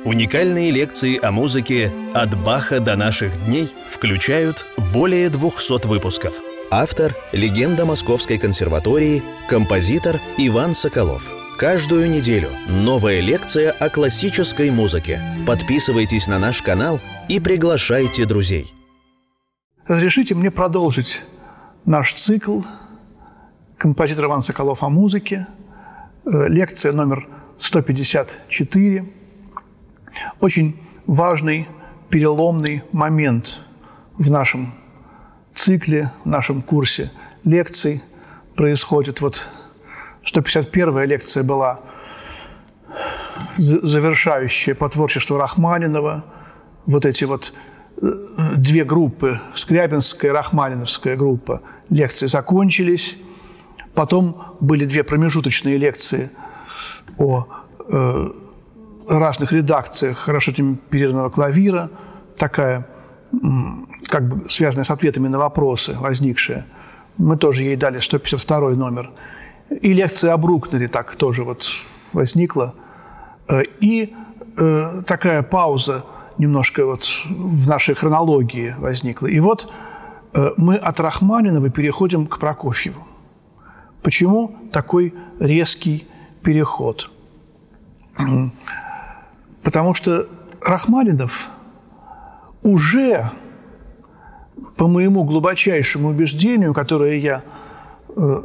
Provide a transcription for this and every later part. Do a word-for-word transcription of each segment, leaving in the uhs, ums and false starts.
Уникальные лекции о музыке «От Баха до наших дней» включают более двухсот выпусков. Автор – легенда Московской консерватории, композитор Иван Соколов. Каждую неделю новая лекция о классической музыке. Подписывайтесь на наш канал и приглашайте друзей. Разрешите мне продолжить наш цикл «Композитор Иван Соколов о музыке». Лекция номер сто пятьдесят четыре. Очень важный, переломный момент в нашем цикле, в нашем курсе лекций происходит. Вот сто пятьдесят первая лекция была завершающая по творчеству Рахманинова. Вот эти вот две группы, Скрябинская и Рахманиновская группа, лекции закончились. Потом были две промежуточные лекции о э, разных редакциях хорошо темперированного клавира, такая, как бы связанная с ответами на вопросы, возникшая. Мы тоже ей дали сто пятьдесят второй номер. И лекция о Брукнере так тоже вот возникла. И э, такая пауза немножко вот в нашей хронологии возникла. И вот э, мы от Рахманинова переходим к Прокофьеву. Почему такой резкий переход? Потому что Рахманинов уже, по моему глубочайшему убеждению, которое я э,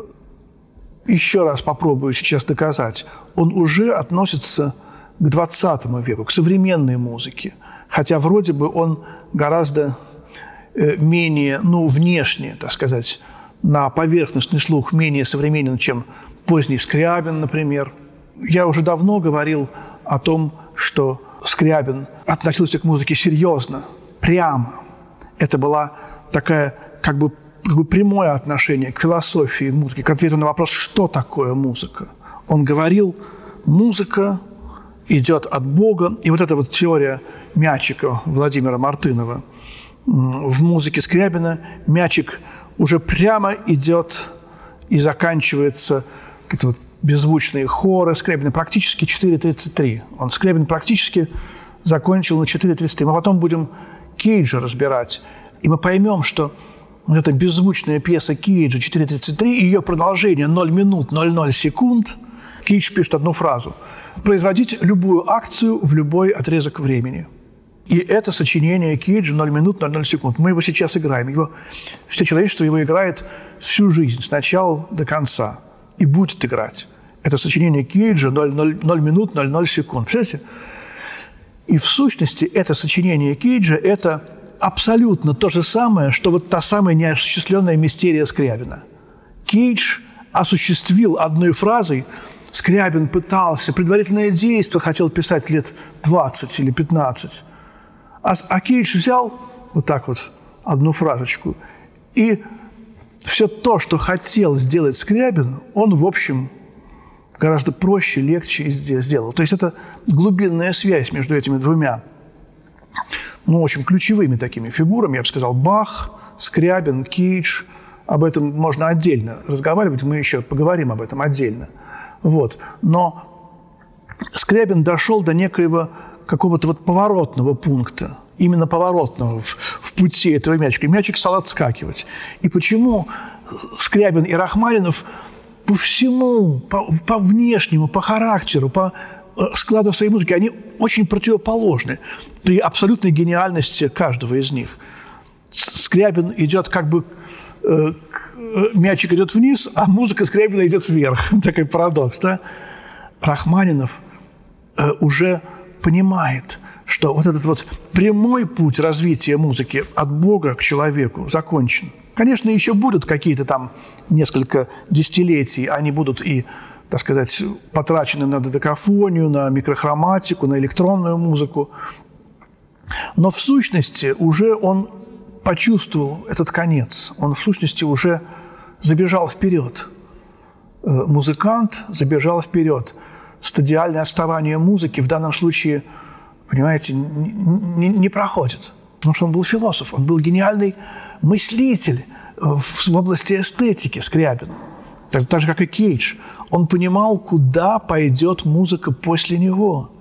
еще раз попробую сейчас доказать, он уже относится к двадцатому веку, к современной музыке. Хотя вроде бы он гораздо э, менее, ну, внешне, так сказать, на поверхностный слух менее современен, чем поздний Скрябин, например. Я уже давно говорил о том, что Скрябин относился к музыке серьезно, прямо. Это была такая, как бы, как бы прямое отношение к философии музыки, к ответу на вопрос, что такое музыка. Он говорил, музыка идет от Бога. И вот эта вот теория мячика Владимира Мартынова в музыке Скрябина, мячик уже прямо идет и заканчивается это вот беззвучные хоры Скрябина практически четыре тридцать три. Он Скрябин практически закончил на четыре тридцать три. Мы потом будем Кейджа разбирать, и мы поймем, что вот эта беззвучная пьеса Кейджа четыре тридцать три и ее продолжение ноль минут ноль ноль секунд, Кейдж пишет одну фразу: производить любую акцию в любой отрезок времени. И это сочинение Кейджа ноль минут ноль ноль секунд. Мы его сейчас играем. Его, все человечество его играет всю жизнь, с начала до конца. И будет играть. Это сочинение Кейджа ноль минут ноль ноль секунд. Представляете? И в сущности это сочинение Кейджа – это абсолютно то же самое, что вот та самая неосуществленная мистерия Скрябина. Кейдж осуществил одной фразой. Скрябин пытался, предварительное действие хотел писать лет двадцать или пятнадцать. А, а Кейдж взял вот так вот одну фразочку. И все то, что хотел сделать Скрябин, он, в общем, гораздо проще, легче сделал. То есть это глубинная связь между этими двумя, ну, в общем, ключевыми такими фигурами, я бы сказал, Бах, Скрябин, Кейдж. Об этом можно отдельно разговаривать, мы еще поговорим об этом отдельно. Вот. Но Скрябин дошел до некоего какого-то вот поворотного пункта, именно поворотного в, в пути этого мячика. И мячик стал отскакивать. И почему Скрябин и Рахманинов по всему, по, по внешнему, по характеру, по складу своей музыки, они очень противоположны при абсолютной гениальности каждого из них. Скрябин идет как бы... Э, мячик идет вниз, а музыка Скрябина идет вверх. Такой парадокс, да? Рахманинов э, уже понимает, что вот этот вот прямой путь развития музыки от Бога к человеку закончен. Конечно, еще будут какие-то там несколько десятилетий, они будут и, так сказать, потрачены на додекафонию, на микрохроматику, на электронную музыку. Но в сущности уже он почувствовал этот конец. Он в сущности уже забежал вперед. Музыкант забежал вперед. Стадиальное отставание музыки в данном случае, понимаете, не, не, не проходит. Потому что он был философ, он был гениальный мыслитель в области эстетики, Скрябин. Так, так же, как и Кейдж. Он понимал, куда пойдет музыка после него.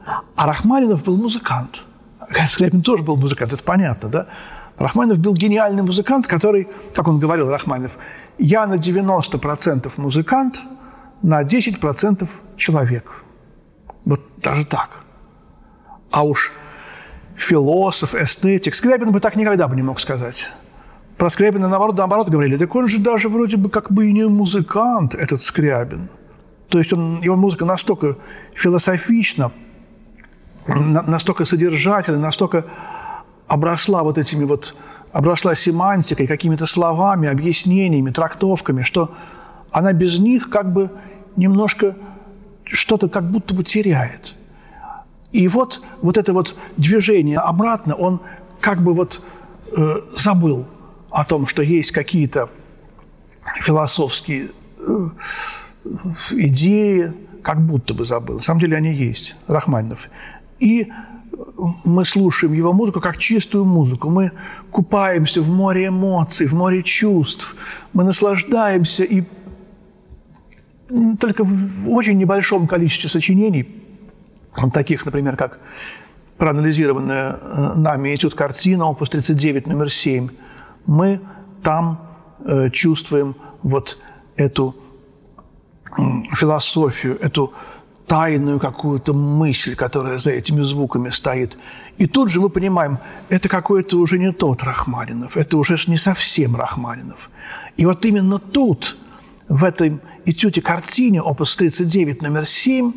А Рахманинов был музыкант. Скрябин тоже был музыкант, это понятно, да? Рахманинов был гениальный музыкант, который, как он говорил, Рахманинов, я на девяносто процентов музыкант, на десять процентов человек. Вот даже так. А уж философ, эстетик. Скрябин бы так никогда бы не мог сказать. Про Скрябина, наоборот, наоборот говорили. Так он же даже вроде бы как бы и не музыкант, этот Скрябин. То есть он, его музыка настолько философична, настолько содержательна, настолько обросла вот этими вот, обросла семантикой, какими-то словами, объяснениями, трактовками, что она без них как бы немножко что-то как будто бы теряет. И вот, вот это вот движение обратно, он как бы вот э, забыл о том, что есть какие-то философские э, идеи, как будто бы забыл. На самом деле они есть, Рахманинов. И мы слушаем его музыку как чистую музыку. Мы купаемся в море эмоций, в море чувств. Мы наслаждаемся, и только в очень небольшом количестве сочинений, таких, например, как проанализированная нами этюд-картина, опус тридцать девять, номер семь, мы там э, чувствуем вот эту э, философию, эту тайную какую-то мысль, которая за этими звуками стоит. И тут же мы понимаем, это какой-то уже не тот Рахманинов, это уже не совсем Рахманинов. И вот именно тут, в этой этюде-картине, опус тридцать девять, номер семь,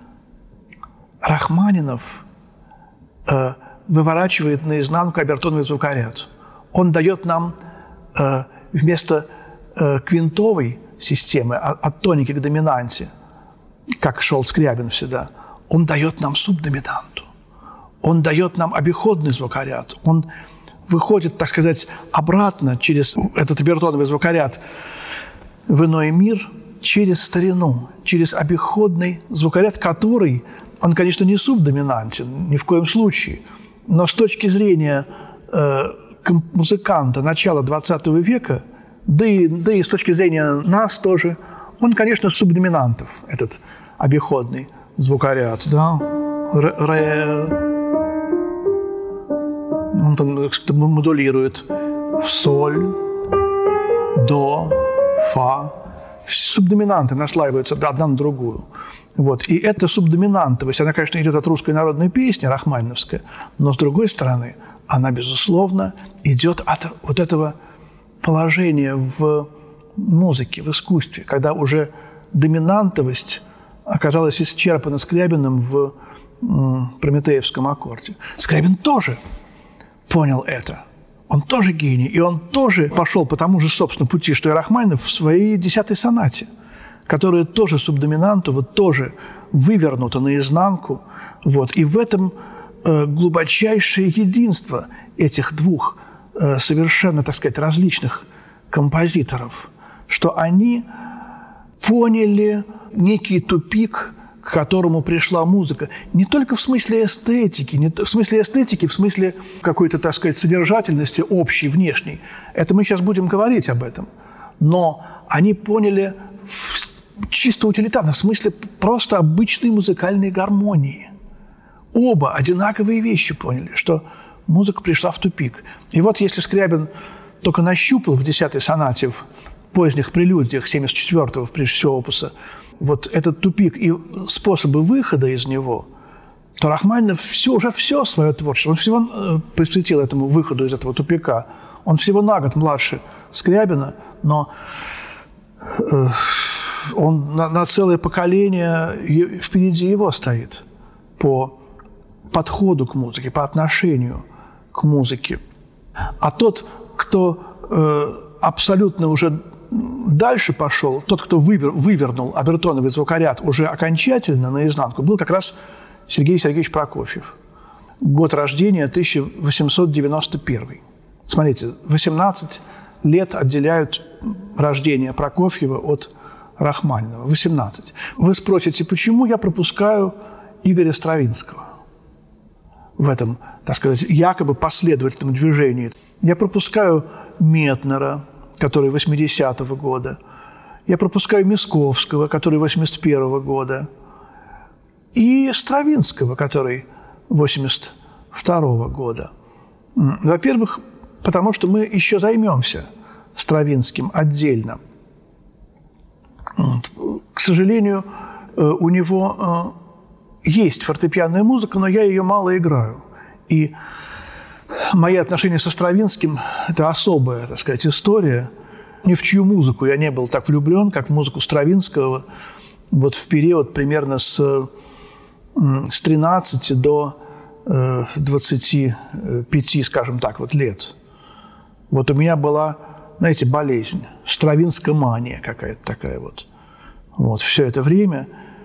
Рахманинов э, выворачивает наизнанку обертоновый звукоряд. Он дает нам э, вместо э, квинтовой системы, от, от тоники к доминанте, как шел Скрябин всегда, он дает нам субдоминанту. Он дает нам обиходный звукоряд. Он выходит, так сказать, обратно через этот обертоновый звукоряд в иной мир, через старину, через обиходный звукоряд, который, он, конечно, не субдоминантен, ни в коем случае, но с точки зрения э, музыканта начала двадцатого века, да и, да и с точки зрения нас тоже, он, конечно, субдоминантов, этот обиходный звукоряд, да, ре, он там модулирует в соль, до, фа, субдоминанты наслаиваются одна на другую. Вот. И эта субдоминантовость, она, конечно, идет от русской народной песни, рахманиновская, но, с другой стороны, она, безусловно, идет от вот этого положения в музыке, в искусстве, когда уже доминантовость оказалась исчерпана Скрябиным в м, прометеевском аккорде. Скрябин тоже понял это. Он тоже гений, и он тоже пошел по тому же, собственно, пути, что и Рахманинов в своей десятой сонате, которая тоже субдоминантова, тоже вывернута наизнанку. Вот. И в этом э, глубочайшее единство этих двух э, совершенно, так сказать, различных композиторов, что они поняли некий тупик, к которому пришла музыка. Не только в смысле эстетики, не в смысле эстетики, в смысле какой-то, так сказать, содержательности общей, внешней. Это мы сейчас будем говорить об этом. Но они поняли в чисто утилитарном смысле просто обычной музыкальной гармонии. Оба одинаковые вещи поняли, что музыка пришла в тупик. И вот если Скрябин только нащупал в десятой сонате, в поздних прелюдиях семьдесят четвёртого, прежде всего, опуса, вот этот тупик и способы выхода из него, то Рахманинов все, уже все свое творчество, он всего э, посвятил этому выходу из этого тупика. Он всего на год младше Скрябина, но э, он на, на целое поколение впереди его стоит по подходу к музыке, по отношению к музыке. А тот, кто э, абсолютно уже дальше пошел, тот, кто вывер, вывернул обертоновый звукоряд уже окончательно наизнанку, был как раз Сергей Сергеевич Прокофьев. Год рождения тысяча восемьсот девяносто первый. Смотрите, восемнадцать лет отделяют рождение Прокофьева от Рахманинова. восемнадцать. Вы спросите, почему я пропускаю Игоря Стравинского в этом, так сказать, якобы последовательном движении? Я пропускаю Метнера, который восьмидесятого года. Я пропускаю Мясковского, который восемьдесят первого года. и Стравинского, который восемьдесят второго года. Во-первых, потому что мы еще займемся Стравинским отдельно. К сожалению, у него есть фортепианная музыка, но я ее мало играю. И мои отношения со Стравинским – это особая, так сказать, история. Ни в чью музыку я не был так влюблен, как в музыку Стравинского вот в период примерно с, с тринадцати до двадцати пяти, скажем так, вот лет. Вот у меня была, знаете, болезнь, стравинская мания какая-то такая вот. Вот все это время.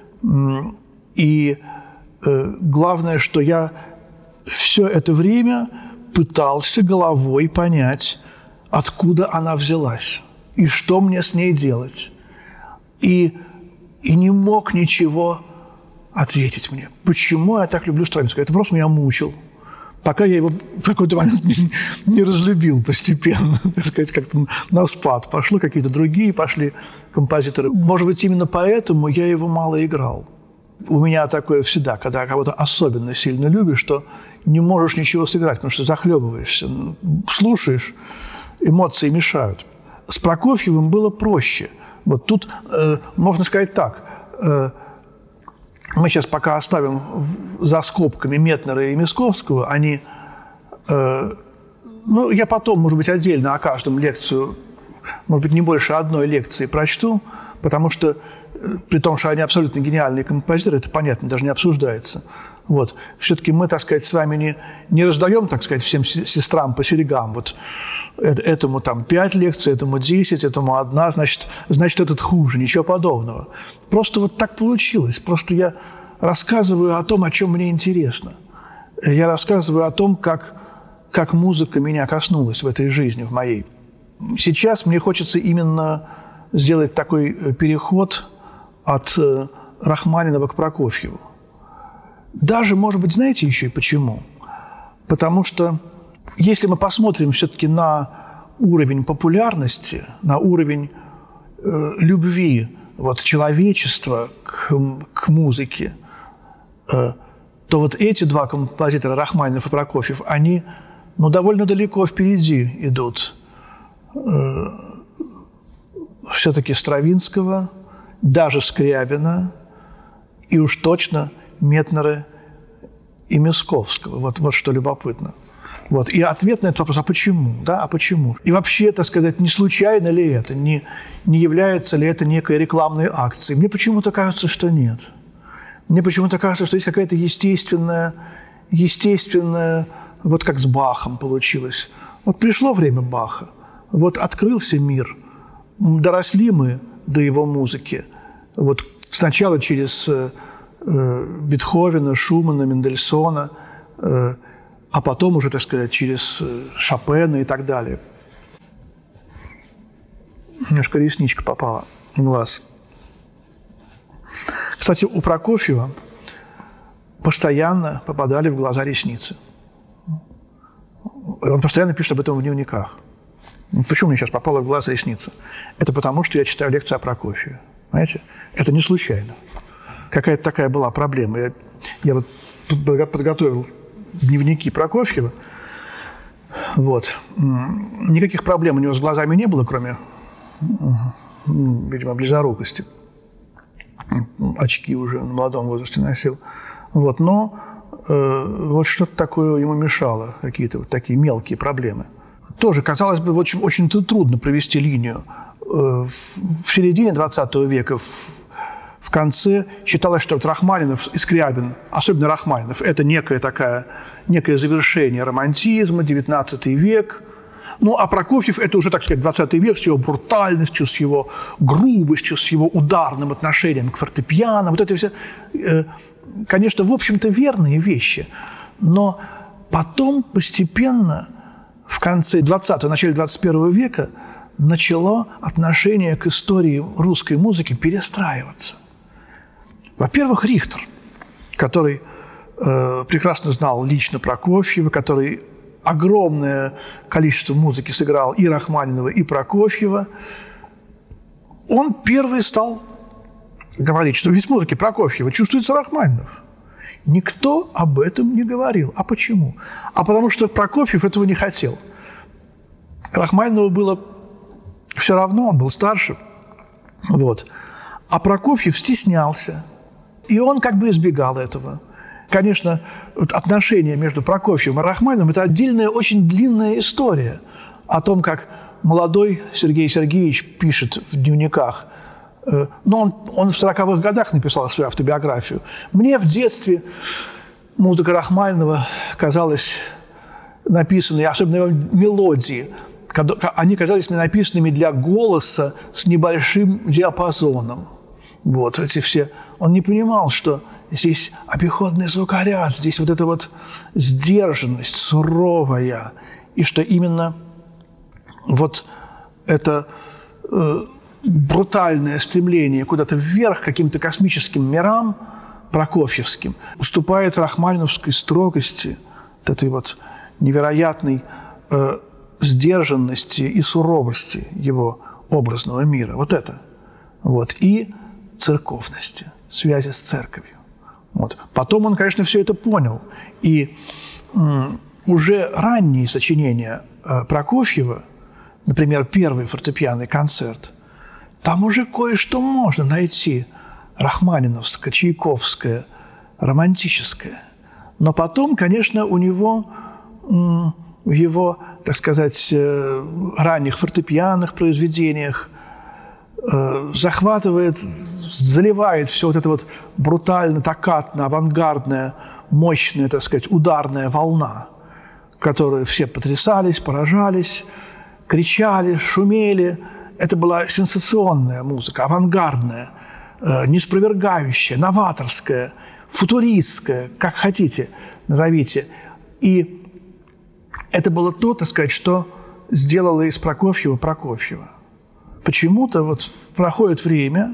И э, главное, что я все это время пытался головой понять, откуда она взялась и что мне с ней делать. И, и не мог ничего ответить мне. Почему я так люблю Стравинского? Это просто меня мучил. Пока я его в какой-то момент не, не разлюбил постепенно. Так сказать, как-то на спад. Пошло какие-то другие, пошли композиторы. Может быть, именно поэтому я его мало играл. У меня такое всегда, когда кого-то особенно сильно любишь, что не можешь ничего сыграть, потому что захлебываешься. Слушаешь, эмоции мешают. С Прокофьевым было проще. Вот тут э, можно сказать так. Э, мы сейчас пока оставим за скобками Метнера и Мясковского. Они, э, ну, я потом, может быть, отдельно о каждом лекцию, может быть, не больше одной лекции прочту, потому что, э, при том, что они абсолютно гениальные композиторы, это понятно, даже не обсуждается. Вот. Все-таки мы, так сказать, с вами не, не раздаем, так сказать, всем сестрам по серьгам. Вот этому там пять лекций, этому десять, этому одна, значит, значит, этот хуже, ничего подобного. Просто вот так получилось. Просто я рассказываю о том, о чем мне интересно. Я рассказываю о том, как, как музыка меня коснулась в этой жизни, в моей. Сейчас мне хочется именно сделать такой переход от Рахманинова к Прокофьеву. Даже, может быть, знаете еще и почему? Потому что если мы посмотрим все-таки на уровень популярности, на уровень э, любви вот, человечества к, к музыке, э, то вот эти два композитора, Рахманинов и Прокофьев, они ну, довольно далеко впереди идут. Э, все-таки Стравинского, даже Скрябина и уж точно Метнера и Мясковского. Вот, вот что любопытно. Вот. И ответ на этот вопрос, а почему? Да? А почему? И вообще, так сказать, не случайно ли это? Не, не является ли это некой рекламной акцией? Мне почему-то кажется, что нет. Мне почему-то кажется, что есть какая-то естественная, естественная, вот как с Бахом получилось. Вот пришло время Баха, вот открылся мир, доросли мы до его музыки. Вот сначала через Бетховена, Шумана, Мендельсона, а потом уже, так сказать, через Шопена и так далее. Немножко ресничка попала в глаз. Кстати, у Прокофьева постоянно попадали в глаза ресницы. Он постоянно пишет об этом в дневниках. Почему мне сейчас попала в глаз ресница? Это потому, что я читаю лекции о Прокофьеве. Понимаете? Это не случайно. Какая-то такая была проблема. Я, я вот подготовил дневники Прокофьева. Вот. Никаких проблем у него с глазами не было, кроме, видимо, близорукости. Очки уже в молодом возрасте носил. Вот. Но э, вот что-то такое ему мешало, какие-то вот такие мелкие проблемы. Тоже, казалось бы, очень, очень трудно провести линию. В, в середине двадцатого века, в, в конце, считалось, что вот Рахманинов и Скрябин, особенно Рахманинов, это некое, такая, некое завершение романтизма, девятнадцатый век. Ну, а Прокофьев – это уже, так сказать, двадцатый век с его брутальностью, с его грубостью, с его ударным отношением к фортепиано. Вот это все, конечно, в общем-то, верные вещи. Но потом постепенно, в конце двадцатого, начале двадцать первого века, начало отношение к истории русской музыки перестраиваться. Во-первых, Рихтер, который э, прекрасно знал лично Прокофьева, который огромное количество музыки сыграл и Рахманинова, и Прокофьева, он первый стал говорить, что в весь музыке Прокофьева чувствуется Рахманинов. Никто об этом не говорил. А почему? А потому что Прокофьев этого не хотел. Рахманинову было все равно, он был старше. Вот. А Прокофьев стеснялся. И он как бы избегал этого. Конечно, отношения между Прокофьевым и Рахманиновым – это отдельная, очень длинная история о том, как молодой Сергей Сергеевич пишет в дневниках. Но он, он в сороковых годах написал свою автобиографию. Мне в детстве музыка Рахманинова казалась написанной, особенно его мелодии, они казались мне написанными для голоса с небольшим диапазоном. Вот эти все. Он не понимал, что здесь обиходный звукоряд, здесь вот эта вот сдержанность суровая, и что именно вот это э, брутальное стремление куда-то вверх, к каким-то космическим мирам прокофьевским, уступает рахманиновской строгости, вот этой вот невероятной э, сдержанности и суровости его образного мира. Вот это. Вот. И церковности, связи с церковью. Вот. Потом он, конечно, все это понял. И м, уже ранние сочинения э, Прокофьева, например, первый фортепианный концерт, там уже кое-что можно найти рахманиновское, чайковское, романтическое. Но потом, конечно, у него м, в его, так сказать, э, ранних фортепианных произведениях э, захватывает, заливает все вот это вот брутально, токкатно, авангардная, мощная, так сказать, ударная волна, которой все потрясались, поражались, кричали, шумели. Это была сенсационная музыка, авангардная, э, неспровергающая, новаторская, футуристская, как хотите, назовите. И это было то, так сказать, что сделало из Прокофьева Прокофьева. Почему-то вот проходит время,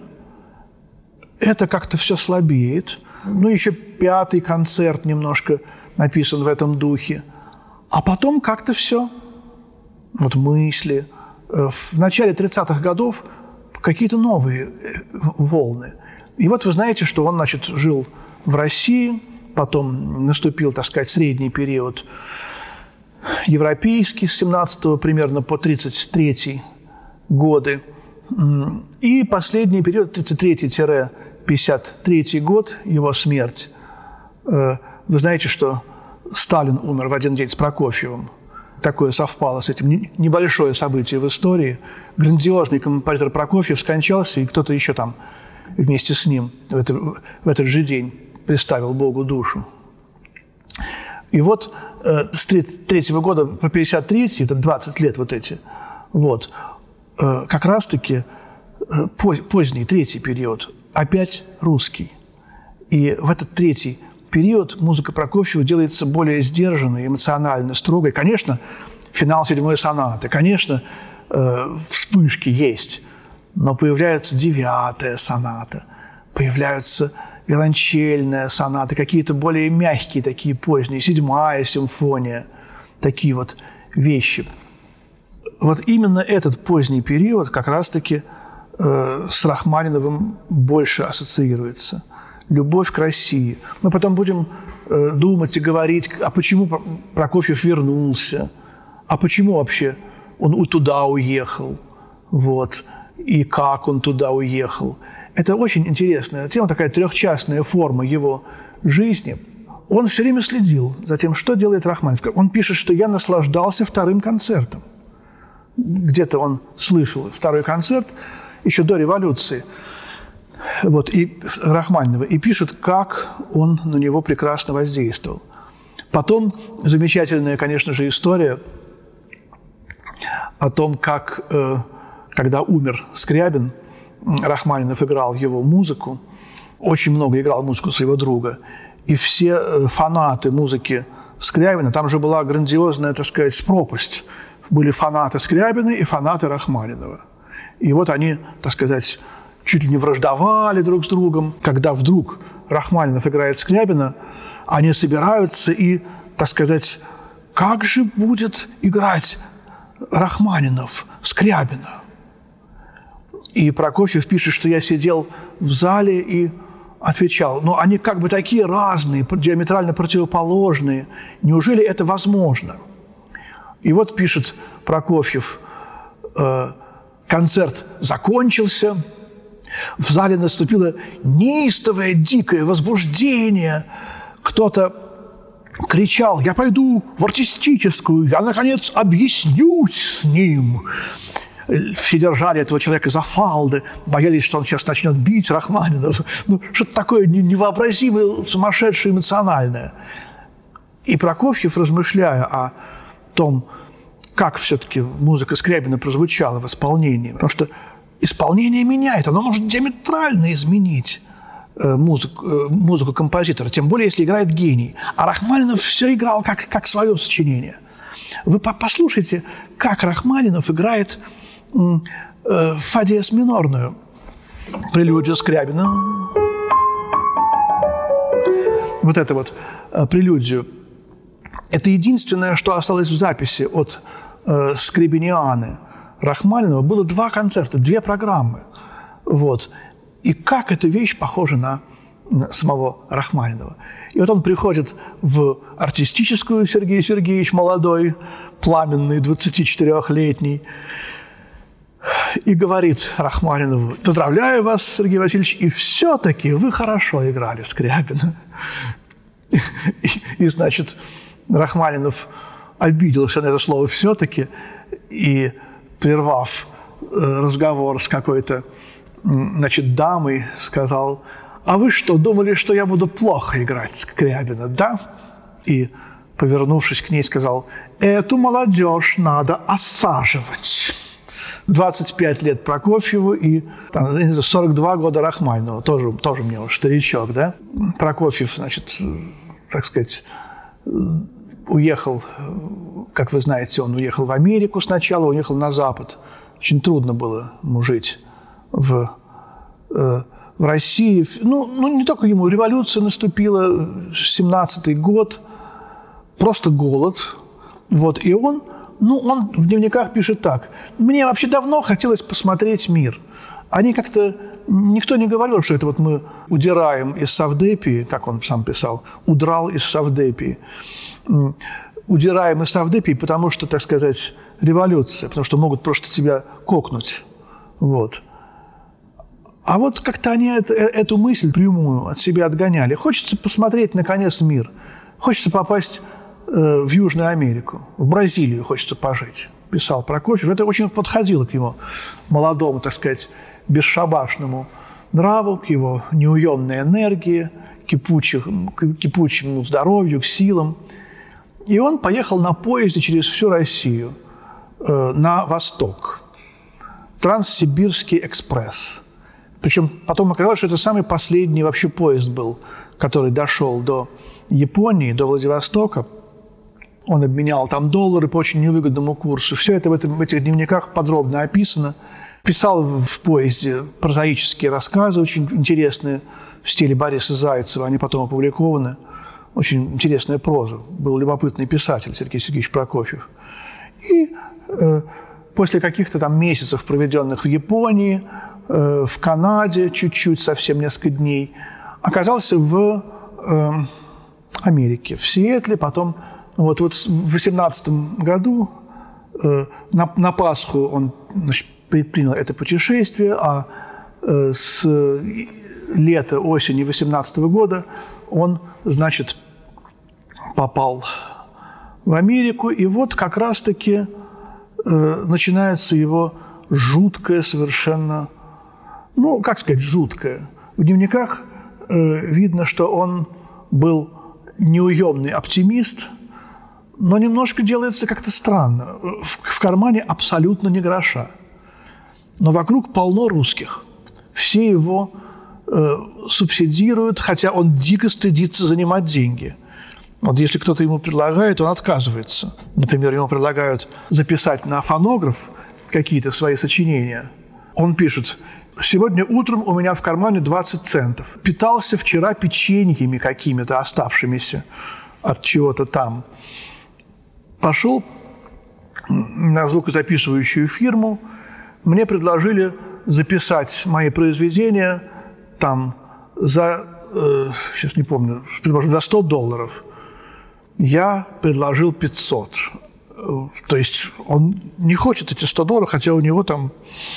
это как-то все слабеет. Ну, еще пятый концерт немножко написан в этом духе. А потом как-то все, вот мысли. В начале тридцатых годов какие-то новые волны. И вот вы знаете, что он, значит, жил в России, потом наступил, так сказать, средний период европейский с семнадцатого примерно по тридцать третий годы. И последний период, тридцать третий — пятьдесят третий год, его смерть. Вы знаете, что Сталин умер в один день с Прокофьевым. Такое совпало с этим. Небольшое событие в истории. Грандиозный композитор Прокофьев скончался, и кто-то еще там вместе с ним в, это, в этот же день представил Богу душу. И вот э, с тридцать третьего года по пятьдесят третий, это двадцать лет вот эти, вот, э, как раз-таки э, поздний, третий период, опять русский. И в этот третий период музыка Прокофьева делается более сдержанной, эмоционально строгой. Конечно, финал седьмой сонаты, конечно, э, вспышки есть, но появляется девятая соната, появляются виолончельная соната, какие-то более мягкие такие поздние, седьмая симфония, такие вот вещи. Вот именно этот поздний период как раз-таки э, с Рахманиновым больше ассоциируется. Любовь к России. Мы потом будем э, думать и говорить, а почему Прокофьев вернулся, а почему вообще он туда уехал, вот, и как он туда уехал. Это очень интересная тема, такая трехчастная форма его жизни. Он все время следил за тем, что делает Рахманинов. Он пишет, что я наслаждался вторым концертом. Где-то он слышал второй концерт еще до революции. Вот, и Рахманинова, и пишет, как он на него прекрасно воздействовал. Потом замечательная, конечно же, история о том, как, э, когда умер Скрябин, Рахманинов играл его музыку, очень много играл музыку своего друга, и все фанаты музыки Скрябина, там же была грандиозная, так сказать, пропасть. Были фанаты Скрябина и фанаты Рахманинова. И вот они, так сказать, чуть ли не враждовали друг с другом. Когда вдруг Рахманинов играет Скрябина, они собираются и, так сказать, как же будет играть Рахманинов Скрябина? И Прокофьев пишет, что я сидел в зале и отвечал: ну, они как бы такие разные, диаметрально противоположные. Неужели это возможно? И вот пишет Прокофьев: э, концерт закончился, в зале наступило неистовое, дикое возбуждение. Кто-то кричал: я пойду в артистическую, я, наконец, объяснюсь с ним. Все держали этого человека за фалды, боялись, что он сейчас начнет бить Рахманинов. Ну, что-то такое невообразимое, сумасшедшее, эмоциональное. И Прокофьев, размышляя о том, как все-таки музыка Скрябина прозвучала в исполнении, потому что исполнение меняет, оно может диаметрально изменить музыку, музыку композитора, тем более, если играет гений. А Рахманинов все играл как, как свое сочинение. Вы послушайте, как Рахманинов играет э, фа диез минорную, прелюдию Скрябина. Вот это вот э, прелюдию. Это единственное, что осталось в записи от э, Скрябинианы Рахманинова. Было два концерта, две программы. Вот. И как эта вещь похожа на самого Рахманинова. И вот он приходит в артистическую, Сергей Сергеевич молодой, пламенный, двадцатичетырёхлетний, и говорит Рахманинову: поздравляю вас, Сергей Васильевич, и все-таки вы хорошо играли Скрябина. И, и, и, значит, Рахманинов обиделся на это слово «все-таки», и, прервав разговор с какой-то, значит, дамой, сказал: а вы что, думали, что я буду плохо играть Скрябина, да? И, повернувшись к ней, сказал: эту молодежь надо осаживать. двадцать пять лет Прокофьеву и там, сорок два года Рахманинову. Тоже, тоже мне уж старичок, да? Прокофьев, значит, так сказать, уехал, как вы знаете, он уехал в Америку сначала, уехал на Запад. Очень трудно было ему жить в, э, в России. Ну, ну, не только ему. Революция наступила, семнадцатый год, просто голод. Вот, и он, ну, он в дневниках пишет так: «Мне вообще давно хотелось посмотреть мир». Они как-то... Никто не говорил, что это вот мы удираем из Савдепии, как он сам писал, удрал из Савдепии. Удираем из Савдепии, потому что, так сказать, революция, потому что могут просто тебя кокнуть. Вот. А вот как-то они это, эту мысль прямую от себя отгоняли. Хочется посмотреть, наконец, мир. Хочется попасть э, в Южную Америку, в Бразилию хочется пожить, писал Прокофьев. Это очень подходило к его молодому, так сказать, бесшабашному нраву, к его неуемной энергии, кипучих, кипучему здоровью, к силам. И он поехал на поезде через всю Россию э, на восток. Транссибирский экспресс. Причем потом оказалось, что это самый последний вообще поезд был, который дошел до Японии, до Владивостока. Он обменял там доллары по очень невыгодному курсу. Все это в, этом, в этих дневниках подробно описано. Писал в поезде прозаические рассказы, очень интересные, в стиле Бориса Зайцева. Они потом опубликованы. Очень интересная проза. Был любопытный писатель Сергей Сергеевич Прокофьев. И э, после каких-то там месяцев, проведенных в Японии, э, в Канаде чуть-чуть, совсем несколько дней, оказался в э, Америке, в Сиэтле. Потом вот, вот в восемнадцатом году э, на, на Пасху он, значит, предпринял это путешествие, а э, с лета, осени восемнадцатого года он, значит, попал в Америку, и вот как раз-таки э, начинается его жуткое совершенно, ну, как сказать, жуткое. В дневниках э, видно, что он был неуемный оптимист, но немножко делается как-то странно. В, в кармане абсолютно ни гроша. Но вокруг полно русских. Все его э, субсидируют, хотя он дико стыдится занимать деньги. Вот если кто-то ему предлагает, он отказывается. Например, ему предлагают записать на фонограф какие-то свои сочинения. Он пишет: «Сегодня утром у меня в кармане двадцать центов. Питался вчера печеньями какими-то оставшимися от чего-то там. Пошел на звукозаписывающую фирму. Мне предложили записать мои произведения там за, э, сейчас не помню, за сто долларов. Я предложил пятьсот. То есть он не хочет эти сто долларов, хотя у него там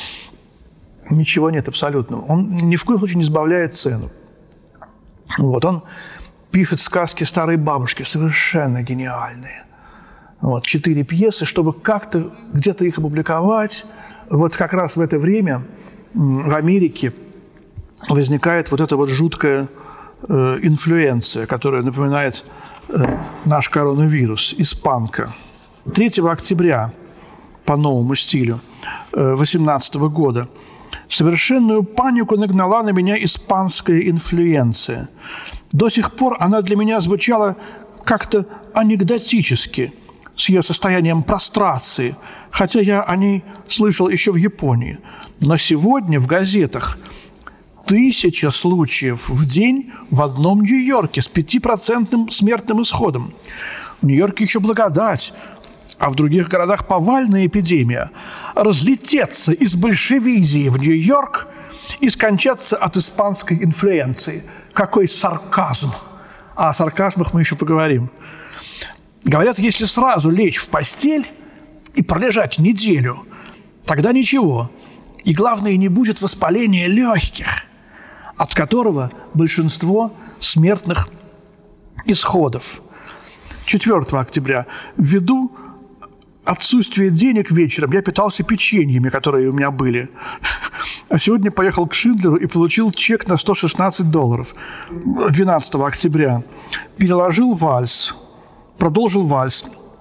ничего нет абсолютно. Он ни в коем случае не сбавляет цену. Вот, он пишет сказки старой бабушки, совершенно гениальные. Вот, четыре пьесы, чтобы как-то где-то их опубликовать. Вот как раз в это время в Америке возникает вот эта вот жуткая э, инфлюенция, которая напоминает э, наш коронавирус, испанка. третьего октября по новому стилю две тысячи восемнадцатого года совершенную панику нагнала на меня испанская инфлюенция. До сих пор она для меня звучала как-то анекдотически, с ее состоянием прострации, хотя я о ней слышал еще в Японии. Но сегодня в газетах тысяча случаев в день в одном Нью-Йорке с пятипроцентным смертным исходом. В Нью-Йорке еще благодать, а в других городах повальная эпидемия. Разлететься из большевизии в Нью-Йорк и скончаться от испанской инфлюенции. Какой сарказм! А о сарказмах мы еще поговорим. Говорят, если сразу лечь в постель и пролежать неделю, тогда ничего. И главное, не будет воспаления легких, от которого большинство смертных исходов. четвёртого октября. Ввиду отсутствия денег вечером я питался печеньями, которые у меня были. А сегодня поехал к Шиндлеру и получил чек на сто шестнадцать долларов. двенадцатого октября. Переложил вальс. Продолжил вальс.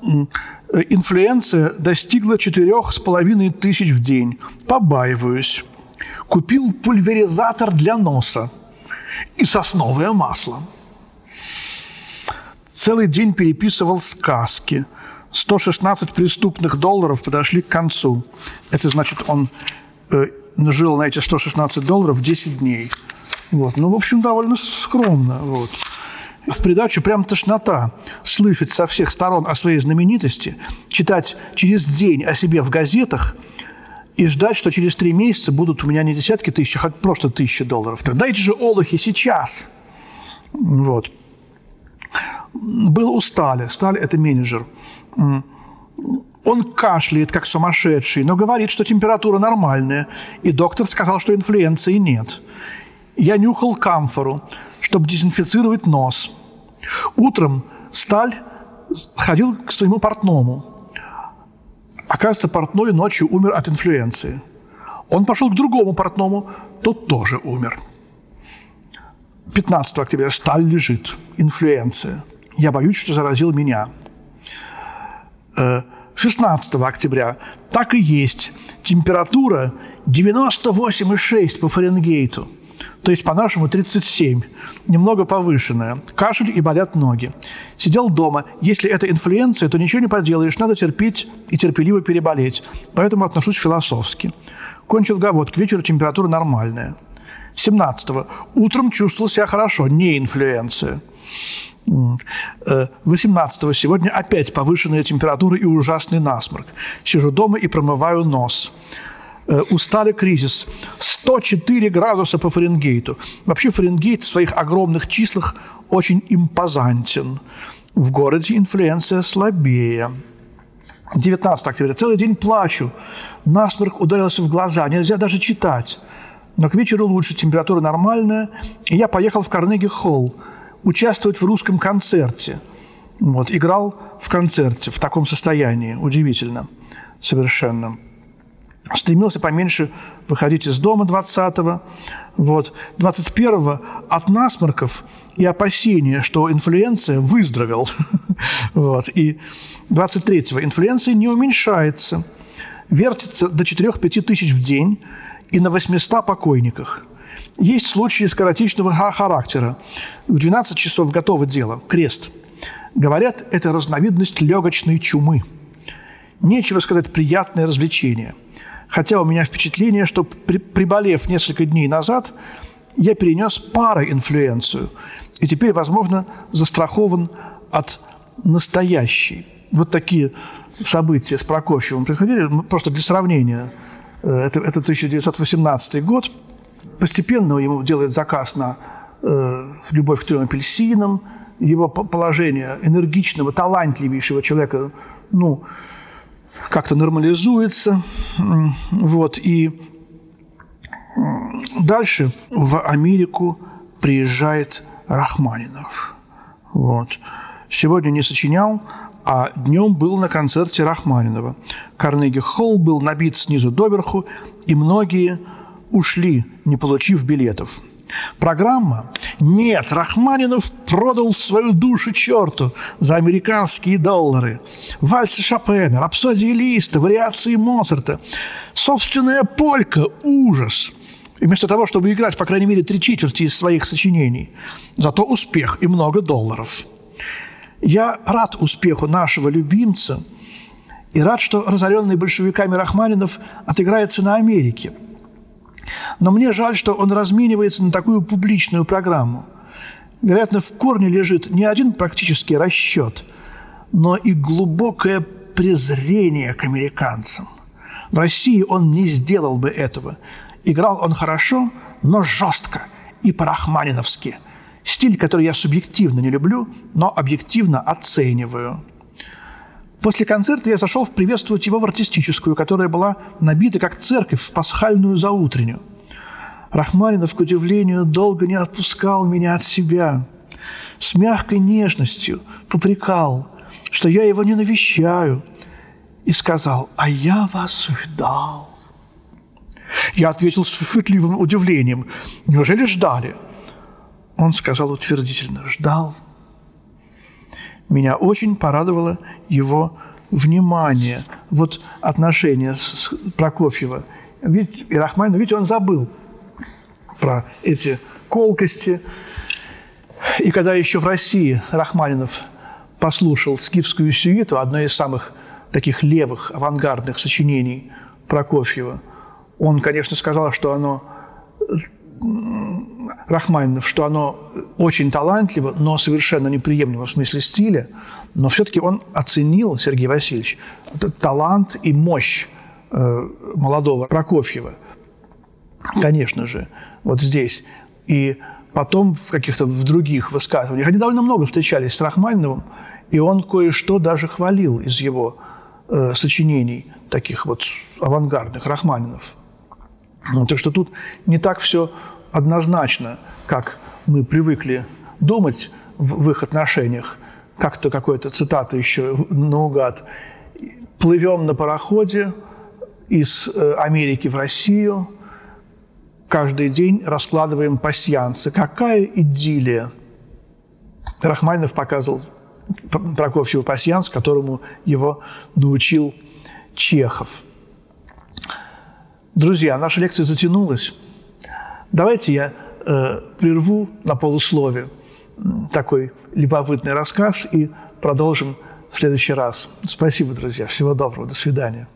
Инфлюенция достигла четырех с половиной тысяч в день. Побаиваюсь. Купил пульверизатор для носа и сосновое масло. Целый день переписывал сказки. сто шестнадцать преступных долларов подошли к концу. Это значит, он э, жил на эти сто шестнадцать долларов десять дней. Вот. Ну, в общем, довольно скромно. Вот. В придачу прям тошнота слышать со всех сторон о своей знаменитости, читать через день о себе в газетах и ждать, что через три месяца будут у меня не десятки тысяч, а просто тысячи долларов. Тогда эти же олухи сейчас. Вот. Был у Сталя. Сталь – это менеджер. Он кашляет, как сумасшедший, но говорит, что температура нормальная, и доктор сказал, что инфлюенции нет. Я нюхал камфору, чтобы дезинфицировать нос. Утром Сталь ходил к своему портному. Оказывается, портной ночью умер от инфлюенции. Он пошел к другому портному, тот тоже умер. пятнадцатого октября. Сталь лежит. Инфлюенция. Я боюсь, что заразил меня. шестнадцатого октября. Так и есть. Температура девяносто восемь и шесть по Фаренгейту. То есть, по-нашему, тридцать семь. Немного повышенная. Кашель и болят ноги. Сидел дома. Если это инфлюенция, то ничего не поделаешь. Надо терпеть и терпеливо переболеть. Поэтому отношусь философски. Кончил гавот. К вечеру температура нормальная. семнадцатого. Утром чувствовал себя хорошо. Не инфлюенция. восемнадцатого. Сегодня опять повышенная температура и ужасный насморк. Сижу дома и промываю нос. Устали кризис. сто четыре градуса по Фаренгейту. Вообще Фаренгейт в своих огромных числах очень импозантен. В городе инфлюенция слабее. девятнадцатого октября. Целый день плачу. Насморк ударился в глаза. Нельзя даже читать. Но к вечеру лучше. Температура нормальная. И я поехал в Карнеги-холл участвовать в русском концерте. Вот, играл в концерте в таком состоянии. Удивительно. Совершенно. Стремился поменьше выходить из дома двадцатого. Вот. двадцать первого от насморков и опасения, что инфлюенция, выздоровел. Вот. И двадцать третьего инфлюенция не уменьшается. Вертится до четырех-пяти тысяч в день и на восьмистах покойниках. Есть случаи скоротечного характера. В двенадцать часов готово дело. Крест. Говорят, это разновидность легочной чумы. Нечего сказать, приятное развлечение. Хотя у меня впечатление, что, при, приболев несколько дней назад, я перенес пароинфлюенцию. И теперь, возможно, застрахован от настоящей. Вот такие события с Прокофьевым происходили. Просто для сравнения. Это, это тысяча девятьсот восемнадцатый год. Постепенно ему делает заказ на э, «Любовь к трем апельсинам». Его положение энергичного, талантливейшего человека, ну, как-то нормализуется. Вот. И дальше в Америку приезжает Рахманинов. Вот. Сегодня не сочинял, а днем был на концерте Рахманинова. Карнеги-холл был набит снизу доверху, и многие ушли, не получив билетов. Программа «Нет, Рахманинов продал свою душу черту за американские доллары». Вальсы Шопена, рапсодии Листа, вариации Моцарта, собственная полька – ужас. И вместо того, чтобы играть, по крайней мере, три четверти из своих сочинений, зато успех и много долларов. Я рад успеху нашего любимца и рад, что разоренный большевиками Рахманинов отыграется на Америке. Но мне жаль, что он разменивается на такую публичную программу. Вероятно, в корне лежит не один практический расчет, но и глубокое презрение к американцам. В России он не сделал бы этого. Играл он хорошо, но жестко и по-рахманиновски. Стиль, который я субъективно не люблю, но объективно оцениваю. После концерта я зашел приветствовать его в артистическую, которая была набита, как церковь, в пасхальную заутренню. Рахманинов, к удивлению, долго не отпускал меня от себя. С мягкой нежностью попрекал, что я его не навещаю, и сказал: «А я вас ждал». Я ответил с шутливым удивлением: «Неужели ждали?» Он сказал утвердительно: «Ждал». Меня очень порадовало его внимание, вот отношение с Прокофьева. Ведь и Рахманинов, ведь он забыл про эти колкости. И когда еще в России Рахманинов послушал «Скифскую сюиту», одно из самых таких левых, авангардных сочинений Прокофьева, он, конечно, сказал, что оно, Рахманинов, что оно очень талантливо, но совершенно неприемлемо в смысле стиля, но все-таки он оценил, Сергей Васильевич, талант и мощь э, молодого Прокофьева. Конечно же, вот здесь. И потом в каких-то в других высказываниях они довольно много встречались с Рахманиновым, и он кое-что даже хвалил из его э, сочинений, таких вот авангардных Рахманинов. Ну, так что тут не так все однозначно, как мы привыкли думать в, в их отношениях. Как-то какая-то цитата еще наугад. «Плывем на пароходе из Америки в Россию, каждый день раскладываем пасьянсы. Какая идиллия!» Рахманинов показывал Прокофьеву пасьянс, которому его научил Чехов. Друзья, наша лекция затянулась. Давайте я э, прерву на полуслове такой любопытный рассказ и продолжим в следующий раз. Спасибо, друзья. Всего доброго. До свидания.